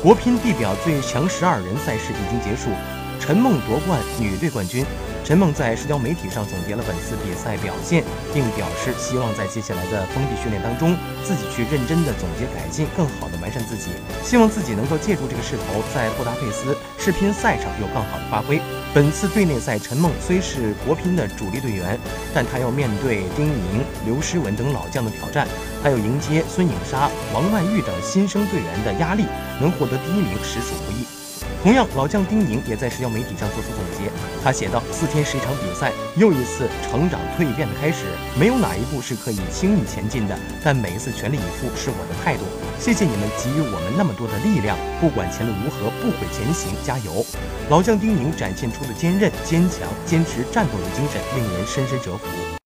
国乒地表最强12人赛事已经结束，陈梦夺冠，女队冠军。陈梦在社交媒体上总结了本次比赛表现，并表示希望在接下来的封闭训练当中，自己去认真的总结改进，更好的完善自己。希望自己能够借助这个势头，在布达佩斯世乒赛场有更好的发挥。本次队内赛，陈梦虽是国乒的主力队员，但她要面对丁宁、刘诗雯等老将的挑战，还有迎接孙颖莎、王曼玉等新生队员的压力，能获得第1名实属不易。同样，老将丁宁也在社交媒体上做出总结，他写道：“4天11场比赛，又一次成长蜕变的开始。没有哪一步是可以轻易前进的，但每一次全力以赴是我的态度。谢谢你们给予我们那么多的力量，不管前路如何，不悔前行，加油！”老将丁宁展现出的坚韧、坚强、坚持战斗的精神，令人深深折服。